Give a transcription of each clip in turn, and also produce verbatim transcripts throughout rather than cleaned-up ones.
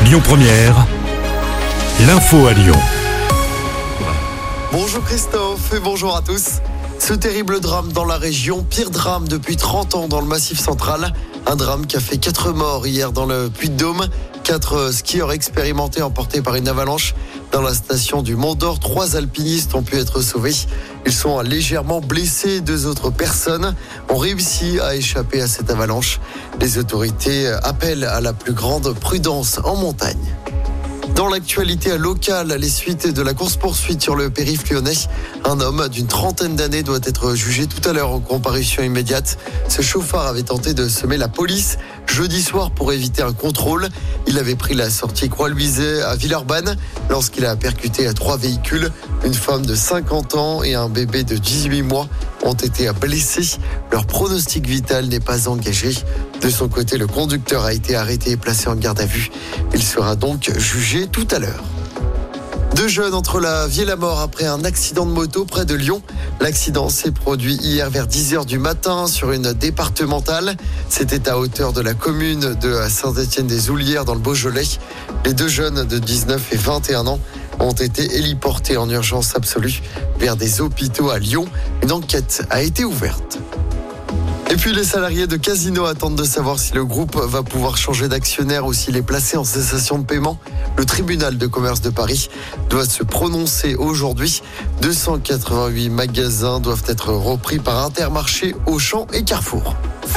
Lyon Première, l'info à Lyon. Bonjour Christophe et bonjour à tous. Ce terrible drame dans la région, pire drame depuis trente ans dans le Massif central. Un drame qui a fait quatre morts hier dans le Puy-de-Dôme. Quatre skieurs expérimentés emportés par une avalanche dans la station du Mont d'Or. Trois alpinistes ont pu être sauvés. Ils sont légèrement blessés. Deux autres personnes ont réussi à échapper à cette avalanche. Les autorités appellent à la plus grande prudence en montagne. Dans l'actualité locale, les suites de la course-poursuite sur le périph' lyonnais, un homme d'une trentaine d'années doit être jugé tout à l'heure en comparution immédiate. Ce chauffard avait tenté de semer la police jeudi soir pour éviter un contrôle. Il avait pris la sortie Croix-Louisée à Villeurbanne lorsqu'il a percuté trois véhicules. Une femme de cinquante ans et un bébé de dix-huit mois ont été blessés. Leur pronostic vital n'est pas engagé. De son côté, le conducteur a été arrêté et placé en garde à vue. Il sera donc jugé tout à l'heure. Deux jeunes entre la vie et la mort après un accident de moto près de Lyon. L'accident s'est produit hier vers dix heures du matin sur une départementale. C'était à hauteur de la commune de Saint-Étienne-des-Oulières dans le Beaujolais. Les deux jeunes de dix-neuf et vingt et un ans ont été héliportés en urgence absolue vers des hôpitaux à Lyon. Une enquête a été ouverte. Et puis les salariés de Casino attendent de savoir si le groupe va pouvoir changer d'actionnaire ou s'il est placé en cessation de paiement. Le tribunal de commerce de Paris doit se prononcer aujourd'hui. deux cent quatre-vingt-huit magasins doivent être repris par Intermarché, Auchan et Carrefour.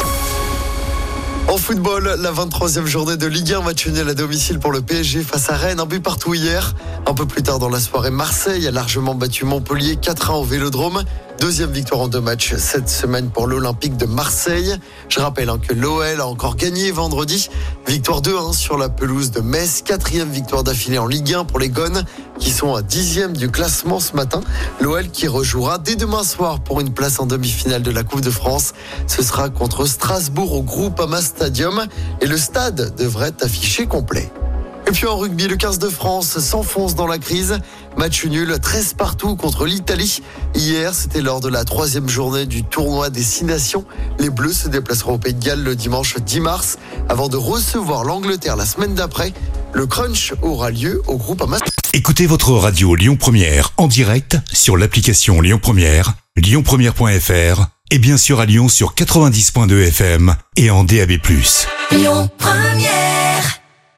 En football, la vingt-troisième journée de Ligue un, match nul à domicile pour le P S G face à Rennes, un but partout hier. Un peu plus tard dans la soirée, Marseille a largement battu Montpellier quatre à un au Vélodrome. Deuxième victoire en deux matchs cette semaine pour l'Olympique de Marseille. Je rappelle hein, que l'O L a encore gagné vendredi. Victoire deux un sur la pelouse de Metz. Quatrième victoire d'affilée en Ligue un pour les Gones qui sont à dixième du classement ce matin. L'O L qui rejouera dès demain soir pour une place en demi-finale de la Coupe de France. Ce sera contre Strasbourg au Groupama Stadium et le stade devrait être affiché complet. Et puis en rugby, le quinze de France s'enfonce dans la crise. Match nul, treize partout contre l'Italie. Hier, c'était lors de la troisième journée du tournoi des Six Nations. Les Bleus se déplaceront au Pays de Galles le dimanche dix mars avant de recevoir l'Angleterre la semaine d'après. Le crunch aura lieu au Groupama. Écoutez votre radio Lyon Première en direct sur l'application Lyon Première, lyon première point f r et bien sûr à Lyon sur quatre-vingt-dix point deux F M et en D A B plus. Lyon Première.